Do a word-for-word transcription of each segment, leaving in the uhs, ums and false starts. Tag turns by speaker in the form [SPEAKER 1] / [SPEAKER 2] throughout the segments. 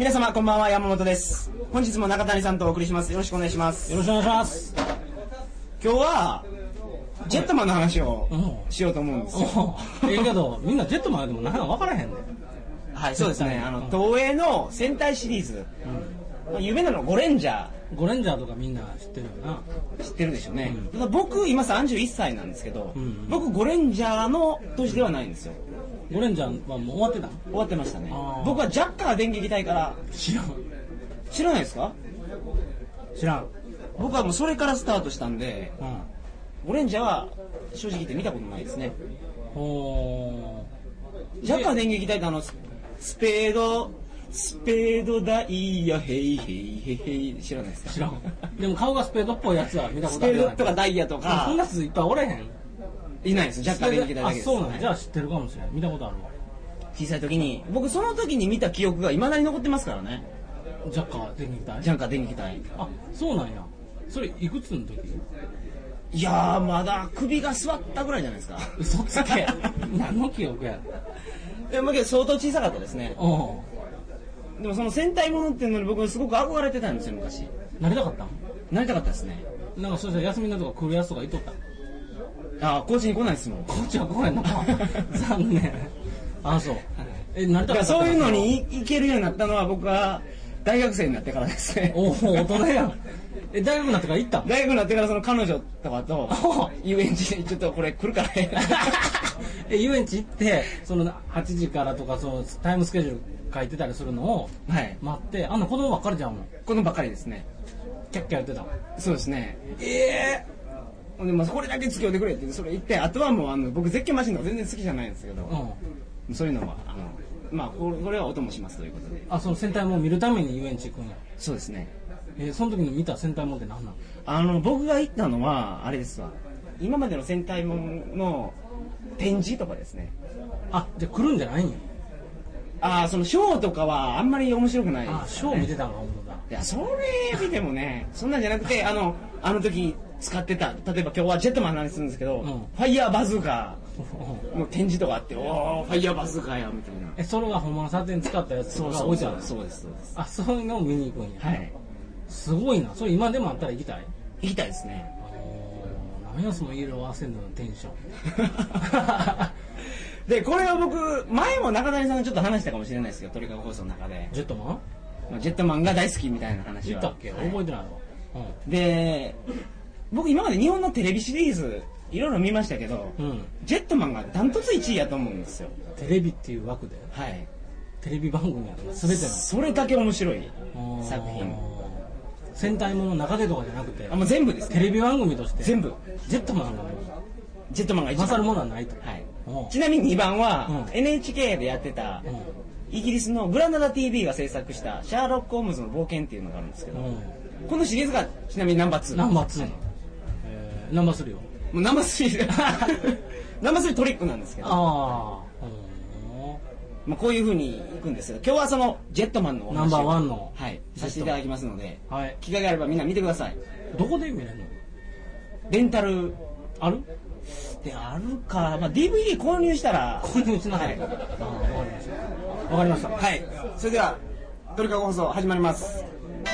[SPEAKER 1] 皆様こんばんは、山本です。本日も中谷さんとお送りします。よろしくお願いします。
[SPEAKER 2] よろしくお願いします。
[SPEAKER 1] 今日はジェットマンの話をしようと思うんですよ。
[SPEAKER 2] ええけどみんなジェットマンでも何か分からへんねん。
[SPEAKER 1] はい、そうですね。あの東映の戦隊シリーズ、うん、有名なのゴレンジャー。
[SPEAKER 2] ゴレンジャーとかみんな知ってるよな。
[SPEAKER 1] 知ってるでしょうね。うん、僕今さんじゅういっさいなんですけど、うんうん、僕ゴレンジャーの年ではないんですよ。
[SPEAKER 2] ゴレンジャーはもう終わってたの？
[SPEAKER 1] 終わってましたね。僕はジャッカー電撃隊から。
[SPEAKER 2] 知らん。
[SPEAKER 1] 知らないですか？
[SPEAKER 2] 知らん。
[SPEAKER 1] 僕はもうそれからスタートしたんで、うん、ゴレンジャーは正直言って見たことないですね。
[SPEAKER 2] お
[SPEAKER 1] ジャッカー電撃隊ってあのスペードスペードダイヤヘイヘイヘイヘイ知らないですか？
[SPEAKER 2] 知らん。でも顔がスペードっぽいやつは見たことある。
[SPEAKER 1] スペードとかダイヤとか。
[SPEAKER 2] そんなやついっぱいおれへん。
[SPEAKER 1] いないです。ジャッカー電撃隊だけです。
[SPEAKER 2] あ、そうなん、じゃあ知ってるかもしれない。見たことあるわ。
[SPEAKER 1] 小さい時に僕その時に見た記憶が未だに残ってますからね。
[SPEAKER 2] ジャッカー電撃隊。
[SPEAKER 1] ジャッカー電撃隊。
[SPEAKER 2] あ、そうなんや。それいくつの時？
[SPEAKER 1] いやーまだ首が座ったぐらいじゃないですか。
[SPEAKER 2] 嘘つけ。何の記憶や。
[SPEAKER 1] え、まあ、相当小さかったですね。
[SPEAKER 2] おう。
[SPEAKER 1] でもその戦隊ものっていうのに僕すごく憧れてたんですよ昔。
[SPEAKER 2] なりたかったん？
[SPEAKER 1] なりたかったですね。
[SPEAKER 2] なんかそしたら休みのとか来るやつとかいとった。
[SPEAKER 1] ああ、高知に来ないですもん。
[SPEAKER 2] 高知は来ないのか。残念。ああ、そう。え、なりたかった。
[SPEAKER 1] そういうのに行けるようになったのは僕は大学生になってからですね。
[SPEAKER 2] おお、大人やん。え、大学になってから行った？
[SPEAKER 1] 大学になってからその彼女とかと遊園地にちょっとこれ来るからね。
[SPEAKER 2] え、遊園地行ってそのはちじからとかそのタイムスケジュール書いてたりするのを待って、はい、あんな子供ばっかりじゃんもん。
[SPEAKER 1] 子供ばっかりですね。
[SPEAKER 2] キャッキャやってた。
[SPEAKER 1] そうですね。ええーでもこれだけ付き合ってくれってそれ言って、あとはもうあの僕絶叫マシンとか全然好きじゃないんですけど、うん、そういうのはあのまあこれ、これはお供しますということで。
[SPEAKER 2] あ、その戦隊も見るために遊園地行くんや。
[SPEAKER 1] そうですね。
[SPEAKER 2] えー、その時に見た戦隊もんって何なの？
[SPEAKER 1] あの僕が行ったのはあれですわ、今までの戦隊もんの展示とかですね。
[SPEAKER 2] あ、じゃあ来るんじゃないんや。
[SPEAKER 1] ああ、そのショーとかはあんまり面白くないです、ね。
[SPEAKER 2] あ、ショー見てたの？本当だ。
[SPEAKER 1] いや、それ見てもね、そんなんじゃなくて、あのあの時使ってた、例えば今日はジェットマンの話するんですけど、うん、ファイヤーバズーカーの展示とかあって、おおファイヤーバズーカーやみたいな。
[SPEAKER 2] え、それが本物の撮影に使ったやつとか置いてある？
[SPEAKER 1] そうですそうです。
[SPEAKER 2] あ、そういうのを見に行くんや。
[SPEAKER 1] はい。
[SPEAKER 2] すごいな。それ今でもあったら行きたい？
[SPEAKER 1] 行きたいですね。
[SPEAKER 2] 何やその色合わせんのテンション。
[SPEAKER 1] でこれは僕前も中谷さんがちょっと話したかもしれないですけど、鳥かご放送の中で
[SPEAKER 2] ジェットマ
[SPEAKER 1] ンジェットマンが大好きみたいな話は
[SPEAKER 2] 言ったっけ？覚えてないわ。
[SPEAKER 1] うん、で僕今まで日本のテレビシリーズいろいろ見ましたけど、うん、ジェットマンがダントツいちいやと思うんですよ。
[SPEAKER 2] テレビっていう枠で？
[SPEAKER 1] はい。
[SPEAKER 2] テレビ番組や全ての
[SPEAKER 1] それだけ面白い作品。
[SPEAKER 2] 戦隊もの中でとかじゃなくて、
[SPEAKER 1] あ、もう全部ですね。
[SPEAKER 2] テレビ番組として
[SPEAKER 1] 全部
[SPEAKER 2] ジェットマンが
[SPEAKER 1] ジェットマンが一番
[SPEAKER 2] 勝るものはないと。
[SPEAKER 1] はい。ちなみににばんは、うん、エヌエイチケー でやってた、うん、イギリスのグラナダ ティービー が制作したシャーロック・ホームズの冒険っていうのがあるんですけど、うん、このシリーズがちなみにナンバーツー。
[SPEAKER 2] ナンバーツー、はい、えー、ナンバースリーよ。
[SPEAKER 1] もうナンバースリーナンバースリートリックなんですけど、
[SPEAKER 2] ああ、
[SPEAKER 1] まあ、こういう風に行くんですけど、今日はそのジェットマンのお話を
[SPEAKER 2] ナンバーワンの、
[SPEAKER 1] はい、させていただきますので、
[SPEAKER 2] はい、
[SPEAKER 1] 機会があればみんな見てください。
[SPEAKER 2] どこで見れるの？
[SPEAKER 1] レンタル
[SPEAKER 2] ある？
[SPEAKER 1] であるか、まあ、ディーブイディー 購入したら
[SPEAKER 2] 購入しなさい。わ、はい、かりました。
[SPEAKER 1] はい、それでは鳥かご放送始まります。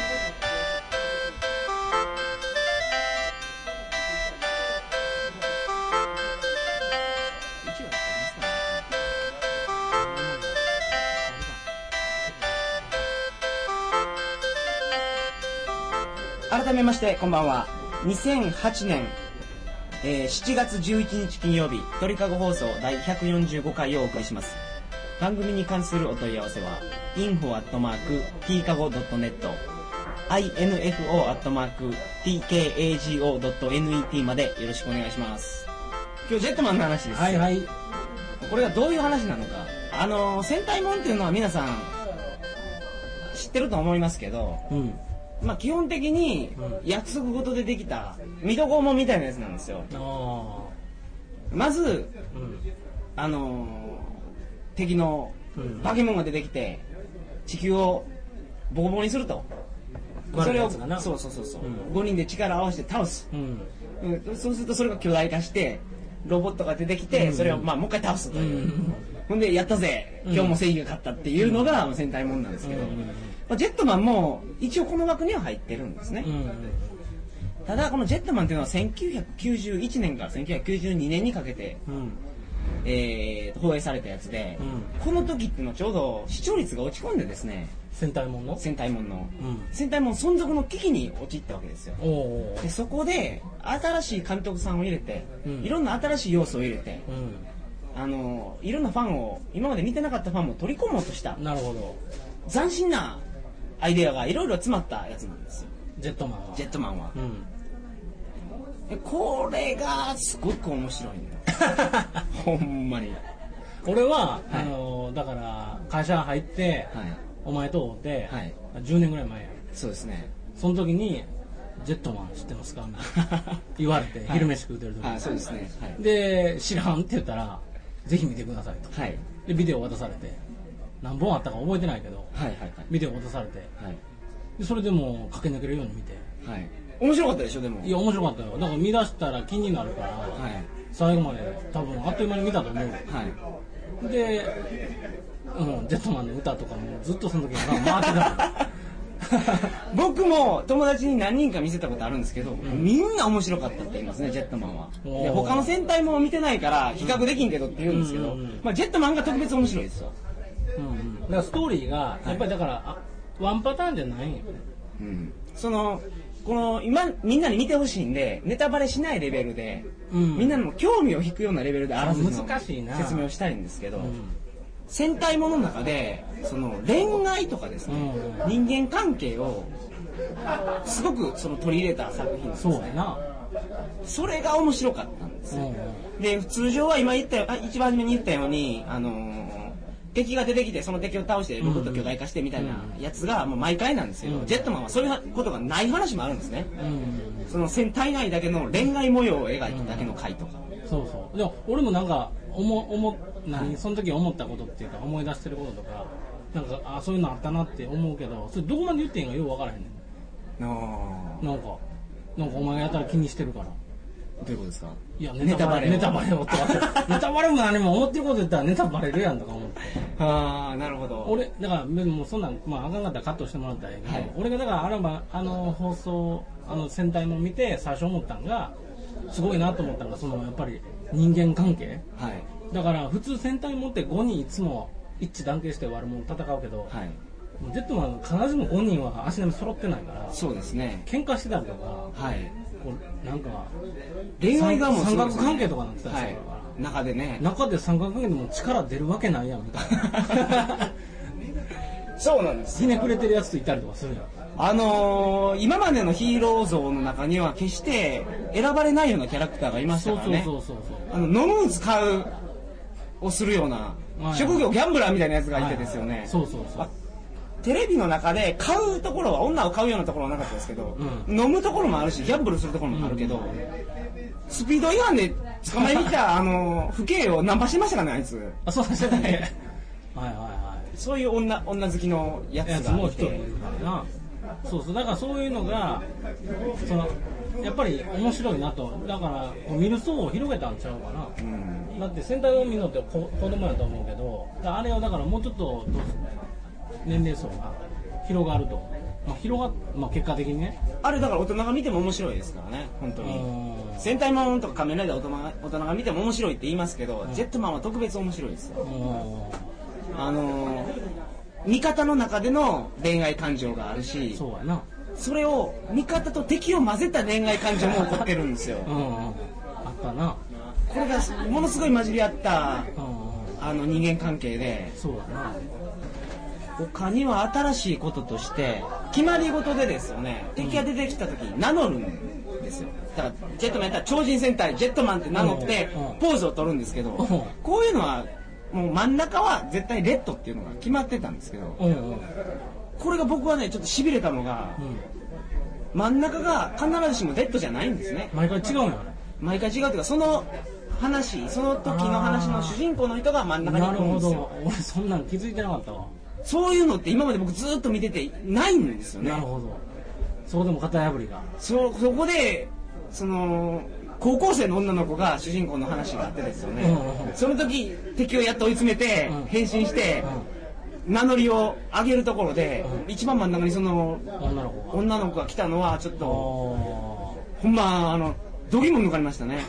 [SPEAKER 1] 改めましてこんばんは。にせんはちねん、えー、しちがつじゅういちにち金曜日、鳥かご放送だいひゃくよんじゅうごかいをお送りします。番組に関するお問い合わせは インフォ アットマーク ティーカゴ ドットネット インフォ アットマーク ティーケーエージーオー ドットネット までよろしくお願いします。今日ジェットマンの話です。
[SPEAKER 2] はいはい。
[SPEAKER 1] これがどういう話なのか、あのー、戦隊もんっていうのは皆さん知ってると思いますけど、うん、まあ、基本的に約束事でできた水戸黄門みたいなやつなんですよ。まず、うん、あのー、敵の化け物が出てきて地球をボコボコにすると、うん、それをそうそうそうそう、うん、ごにんで力を合わせて倒す、うんうん、そうするとそれが巨大化してロボットが出てきて、うん、それをまあもう一回倒すという、うん、 ほんでやったぜ今日も正義が勝ったっていうのが戦隊もんなんですけど、まあ、ジェットマンも一応この枠には入ってるんですね。ただこのジェットマンっていうのはせんきゅうひゃくきゅうじゅういちねんからせんきゅうひゃくきゅうじゅうにねんにかけて、うんえー、放映されたやつで、うん、この時っていうのはちょうど視聴率が落ち込んでですね、
[SPEAKER 2] 戦隊もんの
[SPEAKER 1] 戦隊もんの、うん、戦隊もん存続の危機に陥ったわけですよ。おでそこで新しい監督さんを入れて、うん、いろんな新しい要素を入れて、うん、あのいろんなファンを今まで見てなかったファンも取り込もうとした。
[SPEAKER 2] なるほど。
[SPEAKER 1] 斬新なアイデアがいろいろ詰まったやつなんですよ。
[SPEAKER 2] ジェットマンは。
[SPEAKER 1] ジェットマンは。うん、これがすごく面白いんだ。ほんまに。
[SPEAKER 2] 俺は、はい、あのだから会社入って、はい、お前と会って、はい、じゅうねんぐらい前や。
[SPEAKER 1] そうですね。
[SPEAKER 2] その時にジェットマン知ってますかみたいな言われて、はい、昼飯食うてる時に。
[SPEAKER 1] あ、そうですね。はい、
[SPEAKER 2] で知らんって言ったらぜひ見てくださいと。はい、でビデオ渡されて何本あったか覚えてないけど、はいはいはい、ビデオ渡されて、はい、でそれでもう駆け抜けるように見て。
[SPEAKER 1] はい、面白かったでしょでも。
[SPEAKER 2] いや面白かったよ。だから見出したら気になるから、はい、最後まで多分あっという間に見たと思う。はい、で、うん、ジェットマンの歌とかもずっとその時に回ってた
[SPEAKER 1] 僕も友達に何人か見せたことあるんですけど、うん、みんな面白かったって言いますねジェットマンは。で他の戦隊も見てないから比較できんけどって言うんですけど、うんうんうん、まあ、ジェットマンが特別面白いですよ。
[SPEAKER 2] うんうん、だからストーリーがやっぱりだから、はい、ワンパターンじゃないんよね。
[SPEAKER 1] うん、そのこの今みんなに見てほしいんでネタバレしないレベルで、うん、みんなの興味を引くようなレベルであらずの説明をしたいんですけど、うん、戦隊ものの中でその恋愛とかですね、うん、人間関係をすごくその取り入れた作品なんですね。そうやな。それが面白かったんですよ。うん、で通常は今言ったよ一番初めに言ったようにあのー敵が出てきてその敵を倒してロボット巨大化してみたいなやつがもう毎回なんですけど、うん、ジェットマンはそういうことがない話もあるんですね。うん、その戦隊内だけの恋愛模様を描いただけの回とか。
[SPEAKER 2] うん、そうそう。でも俺もなんか思思何その時思ったことっていうか思い出してることとかなんかあそういうのあったなって思うけどそれどこまで言っていいんかよく分からへんねん。なんかなんかお前がやったら気にしてるから。
[SPEAKER 1] どういうことですか。
[SPEAKER 2] いやネタバレネタバレをとかネタバレも何も思ってること言ったらネタバレるやんとか思って
[SPEAKER 1] ああなるほど。
[SPEAKER 2] 俺だからもうそんなんまああかんかったらカットしてもらったらいいけど、はい、俺がだからあのあの放送あの戦隊も見て最初思ったんがすごいなと思ったのがそのやっぱり人間関係、はい、だから普通戦隊もってごにんいつも一致団結して悪者戦うけど、はい、ジェットマン必ずしもごにんは足並み揃ってないから
[SPEAKER 1] そうですね
[SPEAKER 2] 喧嘩してたりとか、はい、こうなんか
[SPEAKER 1] 恋愛がもう
[SPEAKER 2] 三角関係とかなってたりするから、
[SPEAKER 1] はい、中でね
[SPEAKER 2] 中で三角関係でも力出るわけないやんみたいな
[SPEAKER 1] そうなんです
[SPEAKER 2] ひねくれてるやつといたりとかするやん。
[SPEAKER 1] あのー、今までのヒーロー像の中には決して選ばれないようなキャラクターがいましたからね。そうそうそうそうそう。あのノムーズ買うをするような、はい、職業ギャンブラーみたいなやつがいてですよね、はいはい、そうそうそう。テレビの中で買うところは女を買うようなところはなかったですけど、うん、飲むところもあるしギャンブルするところもあるけど、うん、スピード違反で捕まえに来たあの不敬をナンパしましたかねあいつ。
[SPEAKER 2] あそうでしたねはいはいはい。
[SPEAKER 1] そういう女女好きのやつがいて、いるからな。
[SPEAKER 2] そうそうだからそういうのがそのやっぱり面白いなと。だからこう見る層を広げたんちゃうかな、うん、だって戦隊を見るのって子供やと思うけどあれはだからもうちょっと年齢層が広がると、まあ、広がまあ結果的にね
[SPEAKER 1] あれだから大人が見ても面白いですからね本当に。戦隊もんとか仮面ライダー大人が大人が見ても面白いって言いますけど、うん、ジェットマンは特別面白いですよ。あのー、味方の中での恋愛感情があるしそうやなそれを味方と敵を混ぜた恋愛感情も起こってるんですようん、うん、あったな。これがものすごい混じり合った、うん、あの人間関係でそうだな。他には新しいこととして決まり事でですよね、敵が出てきた時に名乗るんですよ。だからジェットマンやったら超人戦隊ジェットマンって名乗ってポーズを取るんですけど、こういうのはもう真ん中は絶対レッドっていうのが決まってたんですけど、これが僕はねちょっとしびれたのが、真ん中が必ずしもレッドじゃないんですね。
[SPEAKER 2] 毎回違うのよね。
[SPEAKER 1] 毎回違うというかその話その時の話の主人公の人が真ん中にいるんですよ。なるほど。
[SPEAKER 2] 俺そんなの気づいてなかったわ。
[SPEAKER 1] そういうのって今まで僕ずっと見ててないんですよね。
[SPEAKER 2] なるほど。そこでも型破りが
[SPEAKER 1] そ, そこでその高校生の女の子が主人公の話があってですよね、うん、その時敵をやっと追い詰めて、うん、変身して、うん、名乗りを上げるところで、うん、一番真ん中にその女の子が、女の子が来たのはちょっとほんまあの度肝抜かれましたね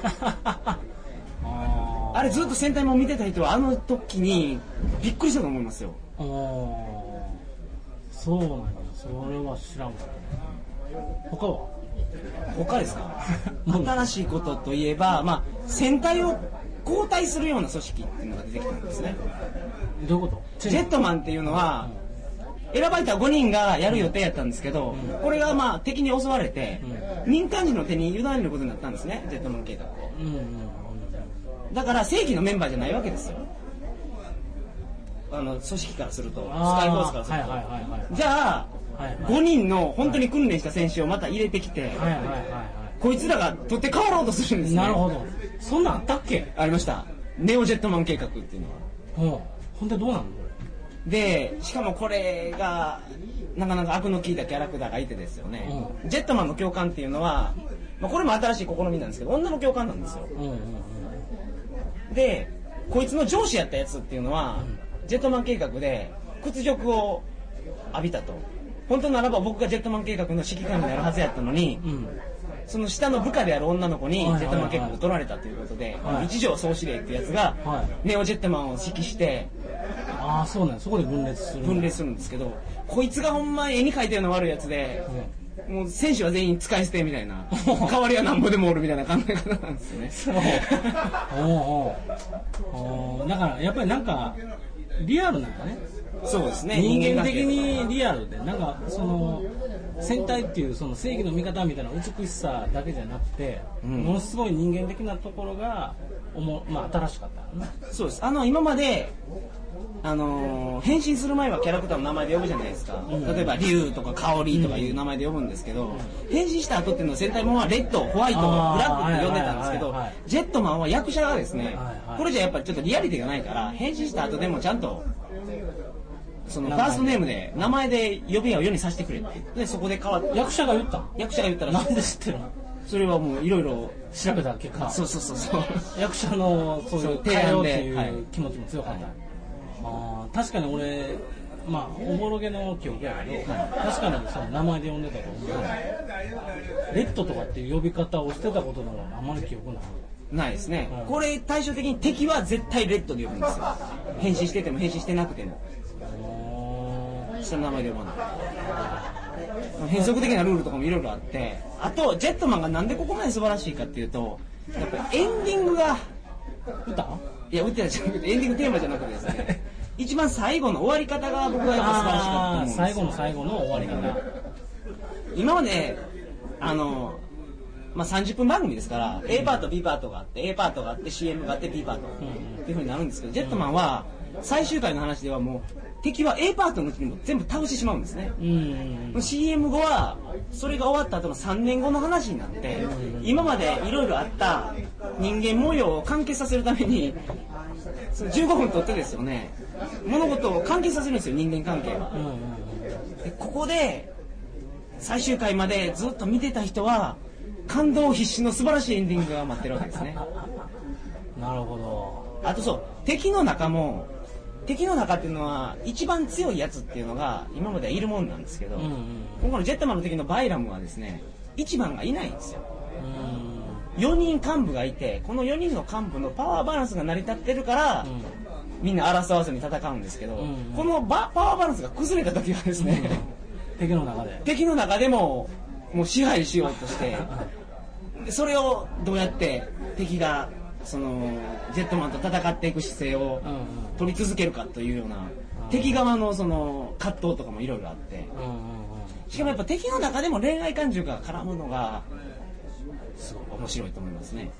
[SPEAKER 1] あれずっと戦隊も見てた人はあの時にびっくりしたと思いますよ。
[SPEAKER 2] あそうなんだ、それは知らんかったね。他は
[SPEAKER 1] 他ですか新しいことといえば、まあ、戦隊を交代するような組織っていうのが出てきたんですね。
[SPEAKER 2] どういうこと？
[SPEAKER 1] ジェットマンっていうのは、うん、選ばれたごにんがやる予定やったんですけど、うん、これがまあ敵に襲われて、うん、民間人の手に委ねることになったんですね、ジェットマン計画を、うんうんうん、だから正規のメンバーじゃないわけですよ、あの組織からすると、スカイフォースからすると、はいはいはいはい、じゃあ、はいはい、ごにんの本当に訓練した選手をまた入れてきて、はいはいはいはい、こいつらが取って代わろうとするんですね。
[SPEAKER 2] なるほど。そんなんあったっけ？
[SPEAKER 1] ありました。ネオジェットマン計画っていうのは。
[SPEAKER 2] うん。ほんでどうなの？
[SPEAKER 1] で、しかもこれがなかなか悪の効いたキャラクターがいてですよね、うん、ジェットマンの教官っていうのは、まあ、これも新しい試みなんですけど、女の教官なんですよ、うんうんうん、でこいつの上司やったやつっていうのは、うん、ジェットマン計画で屈辱を浴びたと。本当ならば僕がジェットマン計画の指揮官になるはずやったのに、うん、その下の部下である女の子にジェットマン計画を取られたということで、はいはい、一条総司令っていうやつが、はい、ネオジェットマンを指揮して、
[SPEAKER 2] ああそうなん、そこで分裂する
[SPEAKER 1] 分裂するんですけど、こいつがほんま絵に描いたような悪いやつで、うん、もう選手は全員使い捨てみたいな代わりはなんぼでもおるみたいな考え方なんですね。そう
[SPEAKER 2] おうおうおう、だからやっぱりなんかリアルなんだね。
[SPEAKER 1] そうですね、
[SPEAKER 2] 人間的にリアルで、なんかその戦隊っていうその正義の味方みたいな美しさだけじゃなくて、うん、ものすごい人間的なところがおも、まあ、新しかったね。
[SPEAKER 1] そうです。あの今まであのー、変身する前はキャラクターの名前で呼ぶじゃないですか、うん、例えば竜とか香りとかいう名前で呼ぶんですけど、うん、変身した後っていうのは戦隊もんはレッド、ホワイト、ブラックって呼んでたんですけど、ジェットマンは役者がですね、はいはい、これじゃやっぱりちょっとリアリティがないから、変身した後でもちゃんとそのファーストネームで名前で呼び合うようにさせてくれって、でそこで変わって、
[SPEAKER 2] 役者が言った
[SPEAKER 1] 役者が言ったら、
[SPEAKER 2] なんで知ってるの？
[SPEAKER 1] それはもういろいろ
[SPEAKER 2] 調べた結果、
[SPEAKER 1] そうそうそうそう
[SPEAKER 2] 役者のそういう
[SPEAKER 1] 提案で
[SPEAKER 2] っていう気持ちも強かった、はい、あ確かに俺、まあおぼろげの記憶やけど、はい、確かにその名前で呼んでたと思う、はい、レッドとかっていう呼び方をしてたことなのあんまり記憶ない
[SPEAKER 1] ないですね、うん、これ対照的に敵は絶対レッドで呼ぶんですよ、変身してても変身してなくても下の名前で呼ばない。変則的なルールとかもいろいろあって、あとジェットマンがなんでここまで素晴らしいかっていうと、やっぱりエンディングが
[SPEAKER 2] 歌？
[SPEAKER 1] いや歌じゃなくてエンディングテーマじゃなくてですね一番最後の終わり方が僕はやっぱ素晴らしかったと思うんですよ。
[SPEAKER 2] 最後の最後の終わり方。
[SPEAKER 1] 今まであのまあさんじゅっぷん番組ですから、うん、A パート B パートがあって A パートがあって シーエム があって B パートっていう風になるんですけど、ジェットマンは最終回の話ではもう敵は A パートのうちにも全部倒してしまうんですね、うんうん、シーエム 後はそれが終わった後のさんねんごの話になって、うん、今までいろいろあった人間模様を完結させるためにそのじゅうごふん取ってですよね、物事を完結させるんですよ、人間関係は、うんうん、でここで最終回までずっと見てた人は感動必至の素晴らしいエンディングが待ってるわけですね。
[SPEAKER 2] なるほど。
[SPEAKER 1] あとそう、敵の中も敵の中っていうのは一番強いやつっていうのが今まではいるもんなんですけど、うんうん、今回のジェットマンの敵のバイラムはですね、一番がいないんですよ、うん、よにん幹部がいて、このよにんの幹部のパワーバランスが成り立ってるから、うん、みんな争わずに戦うんですけど、うんうん、このバパワーバランスが崩れた時はですね、
[SPEAKER 2] うん、敵の中で
[SPEAKER 1] 敵の中でももう支配しようとしてでそれをどうやって敵がそのジェットマンと戦っていく姿勢を取り続けるかというような、うんうん、敵側のその葛藤とかもいろいろあって、うんうんうん、しかもやっぱ敵の中でも恋愛感情が絡むのがすごく面白いと思いますね。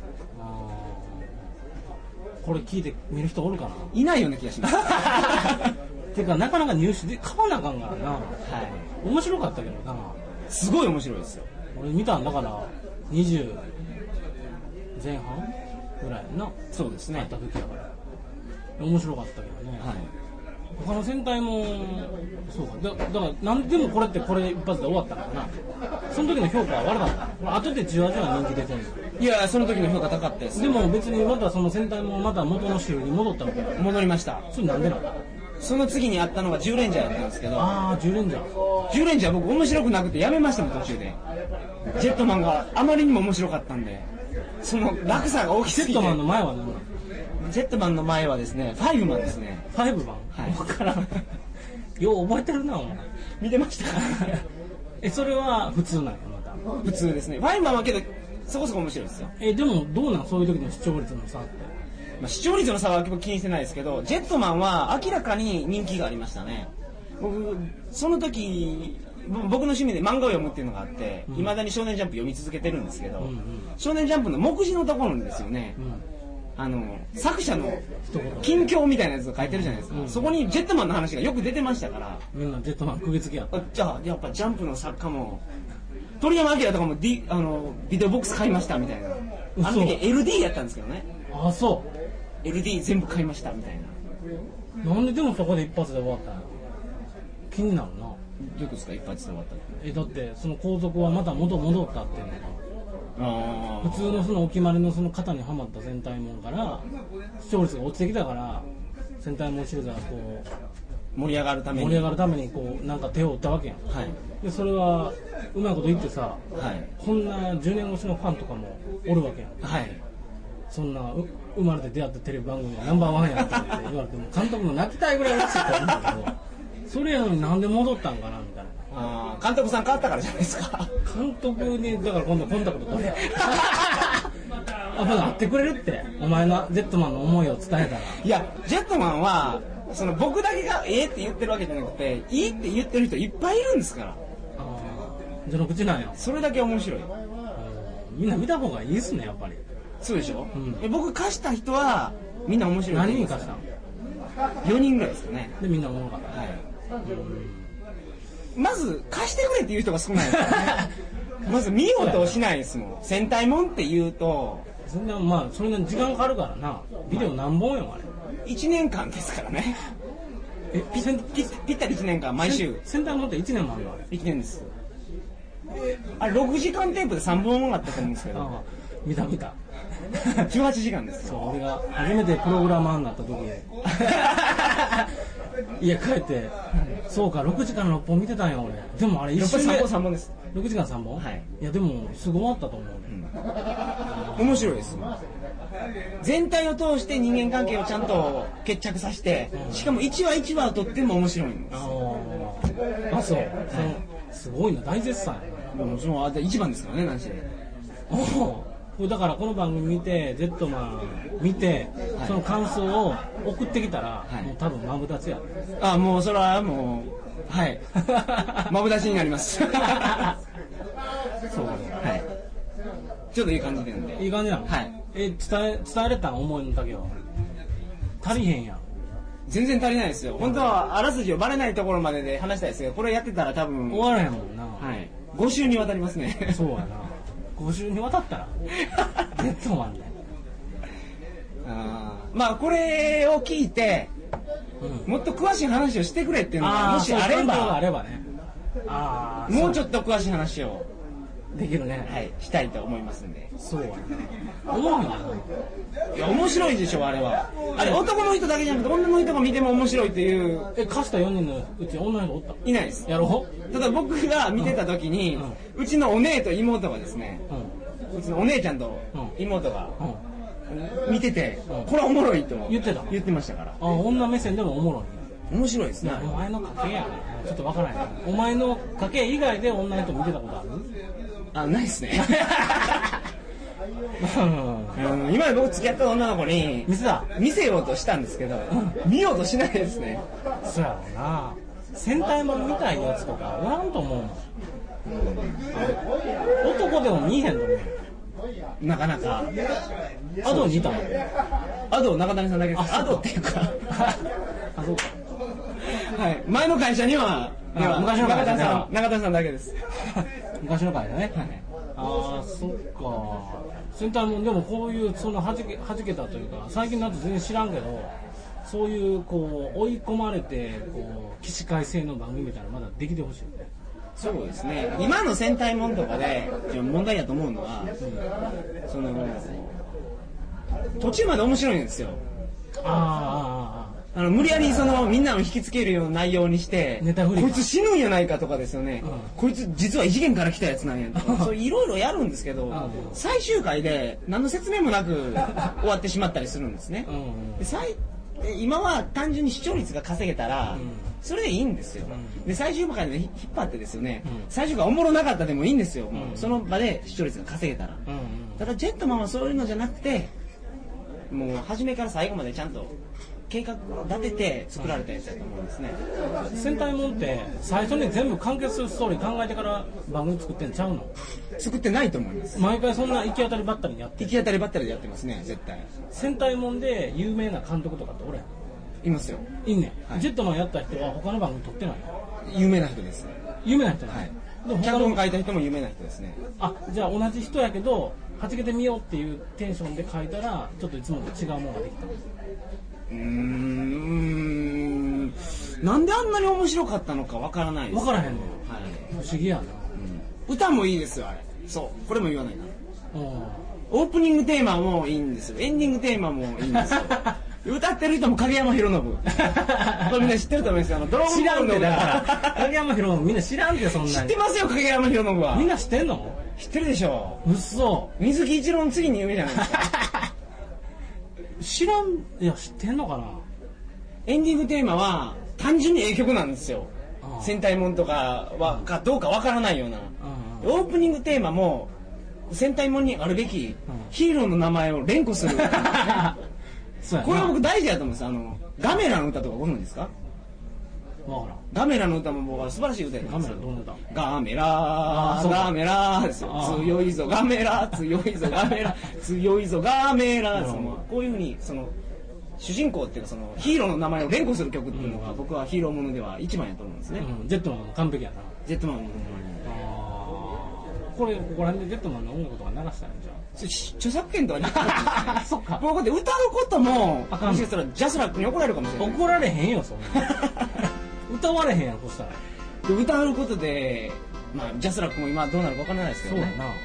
[SPEAKER 2] これ聞いて見る人おるかな？
[SPEAKER 1] いないような気がします
[SPEAKER 2] てかなかなか入手で買わなあかんからな、はい、面白かったけどな、
[SPEAKER 1] すごい面白いですよ。
[SPEAKER 2] 俺見たんだからにじゅう前半ぐらいな。
[SPEAKER 1] そうですね。
[SPEAKER 2] あった時だから面白かったけどね、はい、他の戦隊もそうか だ, だから何でもこれってこれ一発で終わったからな。その時の評価は悪かった。後でじわじわ人気出てるんですよ。
[SPEAKER 1] いやその時の評価高かったです。
[SPEAKER 2] でも別にまたその戦隊もまた元の週に戻ったわけ。
[SPEAKER 1] 戻りました。
[SPEAKER 2] それなんでなの？
[SPEAKER 1] その次にあったのがじゅうレンジャーだったんですけど。
[SPEAKER 2] ああじゅうレンジャー。
[SPEAKER 1] じゅうレンジャー僕面白くなくてやめましたもん途中で。ジェットマンがあまりにも面白かったんで、その落差が大きすぎて。
[SPEAKER 2] ジェットマンの前は何なの？
[SPEAKER 1] ジェットマンの前はですね、ファイブマンですね。
[SPEAKER 2] ファイブマン？
[SPEAKER 1] はい。
[SPEAKER 2] 分からん。よう覚えてるなお前。
[SPEAKER 1] 見てました
[SPEAKER 2] えそれは普通なんやまた。
[SPEAKER 1] 普通ですね。ファイブマンはけどそこそこ面白いですよ。
[SPEAKER 2] えでもどうなんそういう時の視聴率の差って。
[SPEAKER 1] まあ、視聴率の差は気にしてないですけど、ジェットマンは明らかに人気がありましたね。僕その時僕の趣味で漫画を読むっていうのがあっていま、うん、だに少年ジャンプ読み続けてるんですけど、うんうん、少年ジャンプの目次のところにですよね、うん、あの作者の近況みたいなやつを書いてるじゃないですか、うん、そこにジェットマンの話がよく出てましたから、
[SPEAKER 2] みんなジェットマン首付きやった。
[SPEAKER 1] じゃあやっぱジャンプの作家も鳥山明とかも、D、あのビデオボックス買いましたみたいな。あの時 エルディー やったんですけどね。
[SPEAKER 2] あそう
[SPEAKER 1] エルディー 全部買いましたみたい
[SPEAKER 2] な。なんででもそこで一発で終わったの？気になるな。
[SPEAKER 1] どういうことですか一発で終わったって。
[SPEAKER 2] えだってその後続はまた元戻ったっていうのが普通のそのお決まりのその型にはまった戦隊もんから視聴率が落ちてきたから戦隊もんシリーズがこう
[SPEAKER 1] 盛り上がるために
[SPEAKER 2] 盛り上がるためにこうなんか手を打ったわけやん、はい、でそれはうまいこと言ってさ、はい、こんなじゅうねん越しのファンとかもおるわけやん、はい、そんな生まれて出会ったテレビ番組がナンバーワンやったって言われても監督も泣きたいぐらい嬉しいと思うんだけどそれやのになんで戻ったんかなみたいな。
[SPEAKER 1] あ監督さん変わったからじゃないですか。
[SPEAKER 2] 監督にだから今度コンタクト取れあ会ってくれるってお前のジェットマンの思いを伝えたら。
[SPEAKER 1] いやジェットマンはその僕だけがええって言ってるわけじゃなくていいって言ってる人いっぱいいるんですから。
[SPEAKER 2] あじゃの口なんや。
[SPEAKER 1] それだけ面白い。
[SPEAKER 2] みんな見た方がいいっすねやっぱり。
[SPEAKER 1] そうでしょ、うん、僕貸した人はみんな面白い。
[SPEAKER 2] 何人貸したの？
[SPEAKER 1] よにんぐらいですかね。
[SPEAKER 2] でみんなおもろかった。はい、
[SPEAKER 1] うん、まず貸してくれっていう人が少ないですからねまず見ようとしないですもん。戦隊もんって言うと
[SPEAKER 2] そんなまあそれなりに時間かかるからな。ビデオ何本よあれ。
[SPEAKER 1] いちねんかんですからね。え ぴ, ぴ, ぴったりいちねんかん毎週。
[SPEAKER 2] 戦隊もんっていちねんもあるのあれ。
[SPEAKER 1] いちねんです。あれろくじかんテープでさんぼんあったと思うんですけど。あ
[SPEAKER 2] 見た見た
[SPEAKER 1] じゅうはちじかんです。
[SPEAKER 2] そう俺が初めてプログラマーになった時家帰ってそうかろくじかんろっぽん見てたんよ俺。でもあれ一瞬で
[SPEAKER 1] さんぼんです。
[SPEAKER 2] ろくじかんさんぼん、はい、いやでもすぐ終わったと思うね、
[SPEAKER 1] うん、面白いです。全体を通して人間関係をちゃんと決着させて、うん、しかもいちわいちわをとっても面白いんです。
[SPEAKER 2] ああそう、はい、すごいな大絶賛や
[SPEAKER 1] な。もちろんあれ一番ですからね何して
[SPEAKER 2] おだからこの番組見てジェットマン見て、はい、その感想を送ってきたら、はい、もう多分マブダチや。
[SPEAKER 1] あもうそれはもうはいマブダチになりますそうはいちょっといい感じでんで。
[SPEAKER 2] いい感じなの。はいえ伝え伝えれたん思いの丈は足りへんやん。
[SPEAKER 1] 全然足りないですよ。本当はあらすじをバレないところまでで話したいですけどこれやってたら多分
[SPEAKER 2] 終わらへんもんな。
[SPEAKER 1] はいご週にわたりますね
[SPEAKER 2] そうやなご週にわたったらジェットマンで
[SPEAKER 1] あまあこれを聞いて、うん、もっと詳しい話をしてくれっていうのがもしあれば
[SPEAKER 2] あればね
[SPEAKER 1] あもうちょっと詳しい話を
[SPEAKER 2] できるね、
[SPEAKER 1] はい、したいと思いますんで。
[SPEAKER 2] そうやね思うよ。
[SPEAKER 1] いや面白いでしょあれは。あれ男の人だけじゃなくて女の人が見ても面白いっていう。
[SPEAKER 2] え貸したよにんのうち女の人おった？
[SPEAKER 1] いないです。
[SPEAKER 2] やろ
[SPEAKER 1] う。ただ僕が見てた時に、うんうん、うちのお姉と妹がですね、うん、うちのお姉ちゃんと妹が、うん、見てて、うん、これはおもろいと
[SPEAKER 2] 言ってた
[SPEAKER 1] 言ってましたから。
[SPEAKER 2] あ女目線でもおもろい。
[SPEAKER 1] 面白いですね。
[SPEAKER 2] お前の家系やねちょっとわからない。お前の家系以外で女の人見てたことある？
[SPEAKER 1] あないですねうん、今まで僕付き合った女の子に見せた見せようとしたんですけど、うん、見ようとしないですね。
[SPEAKER 2] そうやろうな戦隊もん見たいやつとかおらんと思うもん、うん、男でも見えへんと思う
[SPEAKER 1] なかなか。
[SPEAKER 2] アドにいたの？
[SPEAKER 1] アド中谷さんだけです。アドっていうか
[SPEAKER 2] あそうか
[SPEAKER 1] はい前の会社には
[SPEAKER 2] 昔の会社では
[SPEAKER 1] 中谷さんだけです
[SPEAKER 2] 昔の会社ね、はい、ああそっか戦隊もんでもこういうそのはじけはじけたというか最近になって全然知らんけどそういうこう追い込まれてこう起死回生の番組みたいなのまだできてほしいよね。
[SPEAKER 1] そうですね。今の戦隊もんとかで問題だと思うのは、うん、その途中まで面白いんですよ。ああの無理やりそのみんなを引きつけるような内容にしてこいつ死ぬんやないかとかですよね、うん、こいつ実は異次元から来たやつなんやとかそういろいろやるんですけど最終回で何の説明もなく終わってしまったりするんですね。で最今は単純に視聴率が稼げたら、うん、それでいいんですよ、うん、で最終回で引っ張ってですよね、うん、最終回おもろなかったでもいいんですよ、うん、もうその場で視聴率が稼げたら、うんうん、ただジェットマンはそういうのじゃなくてもう初めから最後までちゃんと計画を立てて作られたやつだと思うんですね。
[SPEAKER 2] 戦隊もんって最初に全部完結するストーリー考えてから番組作ってんちゃうの？
[SPEAKER 1] 作ってないと思います。
[SPEAKER 2] 毎回そんな行き当たりばったりにやって
[SPEAKER 1] る。行き当たりばったりでやってますね、絶対。
[SPEAKER 2] 戦隊もんで有名な監督とかって俺
[SPEAKER 1] いますよ。
[SPEAKER 2] いんねん、はい、ジェットマンやった人は他の番組撮ってないの？
[SPEAKER 1] 有名な人です。
[SPEAKER 2] 有名な人なの？
[SPEAKER 1] はい。でも脚本書いた人も有名な人ですね。
[SPEAKER 2] あ、じゃあ同じ人やけどはじけてみようっていうテンションで書いたらちょっといつもと違うものができたの？
[SPEAKER 1] うーん、なんであんなに面白かったのかわからないです。
[SPEAKER 2] わからへんのよ、はい、不思議やな、
[SPEAKER 1] うん、歌もいいですよあれ。そうこれも言わないな。オープニングテーマもいいんですよ、エンディングテーマもいいんですよ歌ってる人も影山博信これみんな知ってると思いますよ。あのドラゴンボールの歌
[SPEAKER 2] 影山博信みんな知らんでそんなに。
[SPEAKER 1] 知ってますよ影山博信は。
[SPEAKER 2] みんな知ってんの？
[SPEAKER 1] 知ってるでしょ。
[SPEAKER 2] うっそ。
[SPEAKER 1] 水木一郎の次に有名じゃないですか
[SPEAKER 2] 知らん。いや知ってんのかな。
[SPEAKER 1] エンディングテーマは単純にええ曲なんですよ。戦隊もんとかはかどうかわからないような。オープニングテーマも戦隊もんにあるべきヒーローの名前を連呼するこれは僕大事だと思うんです。あのガメラの歌とかご存知ですか？
[SPEAKER 2] わからん。
[SPEAKER 1] ガメラの歌も僕は素晴らしい歌やと思うんですよ。
[SPEAKER 2] ガメラどんな歌？
[SPEAKER 1] ガメラガメラですよ。強いぞガメラ強いぞガメラ強いぞガメラですよ。こういうふうにその主人公っていうかそのヒーローの名前を連呼する曲っていうのが僕はヒーローものでは一番やと思うんですね、
[SPEAKER 2] うん、ジェットマンも完璧やな。
[SPEAKER 1] ジェットマンも
[SPEAKER 2] これここら辺でジェットマンの音楽とか流したらいいんじゃん。
[SPEAKER 1] 著作権とかに
[SPEAKER 2] そっか。
[SPEAKER 1] こうやって歌うことももしかしたらジャスラックに怒られるかもしれない。
[SPEAKER 2] 怒られへんよそんな歌われへんやんそしたら。
[SPEAKER 1] で歌うことでまあジャスラックも今どうなるか分からないですけどね。
[SPEAKER 2] そうやな。あ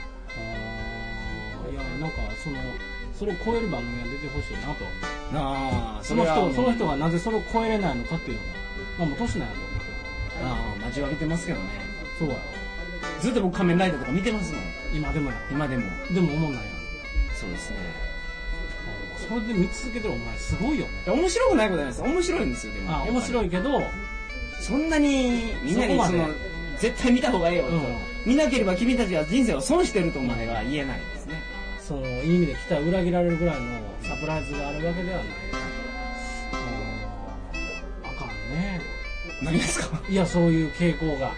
[SPEAKER 2] いやなんかそのそれを超える番組が出てほしいなと。あその人その人がなぜそれを超えれないのかっていうのがまあもう年なんやと思うけど。
[SPEAKER 1] ああ待ちわびてますけどね。
[SPEAKER 2] そうや。
[SPEAKER 1] ずっと僕仮面ライダーとか見てますもん。
[SPEAKER 2] 今でもや。
[SPEAKER 1] 今でも。
[SPEAKER 2] でも思んないやん。
[SPEAKER 1] そうですね。
[SPEAKER 2] それで見続けてるお前すごいよね。
[SPEAKER 1] 面白くないことないです。面白いんですよでも。
[SPEAKER 2] あ面白いけど
[SPEAKER 1] そんなにみんなにその絶対見た方がいいよと、うん、見なければ君たちは人生を損してるとまでは言えないですね。
[SPEAKER 2] そのいい意味で期待を裏切られるぐらいのサプライズがあるわけではない。あかんね。
[SPEAKER 1] 何ですか？
[SPEAKER 2] いやそういう傾向が。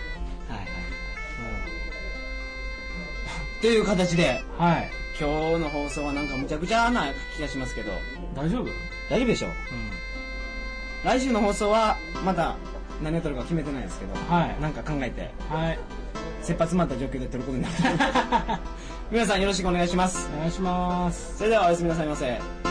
[SPEAKER 1] という形で、
[SPEAKER 2] はい、
[SPEAKER 1] 今日の放送はなんかむちゃくちゃな気がしますけど
[SPEAKER 2] 大丈夫？
[SPEAKER 1] 大丈夫でしょう、うん、来週の放送はまた何を撮るか決めてないですけど、はい、なんか考えて、はい、切羽詰まった状況で撮ることになる皆さんよろしくお願いします。
[SPEAKER 2] お願いします。
[SPEAKER 1] それではおやすみなさいませ。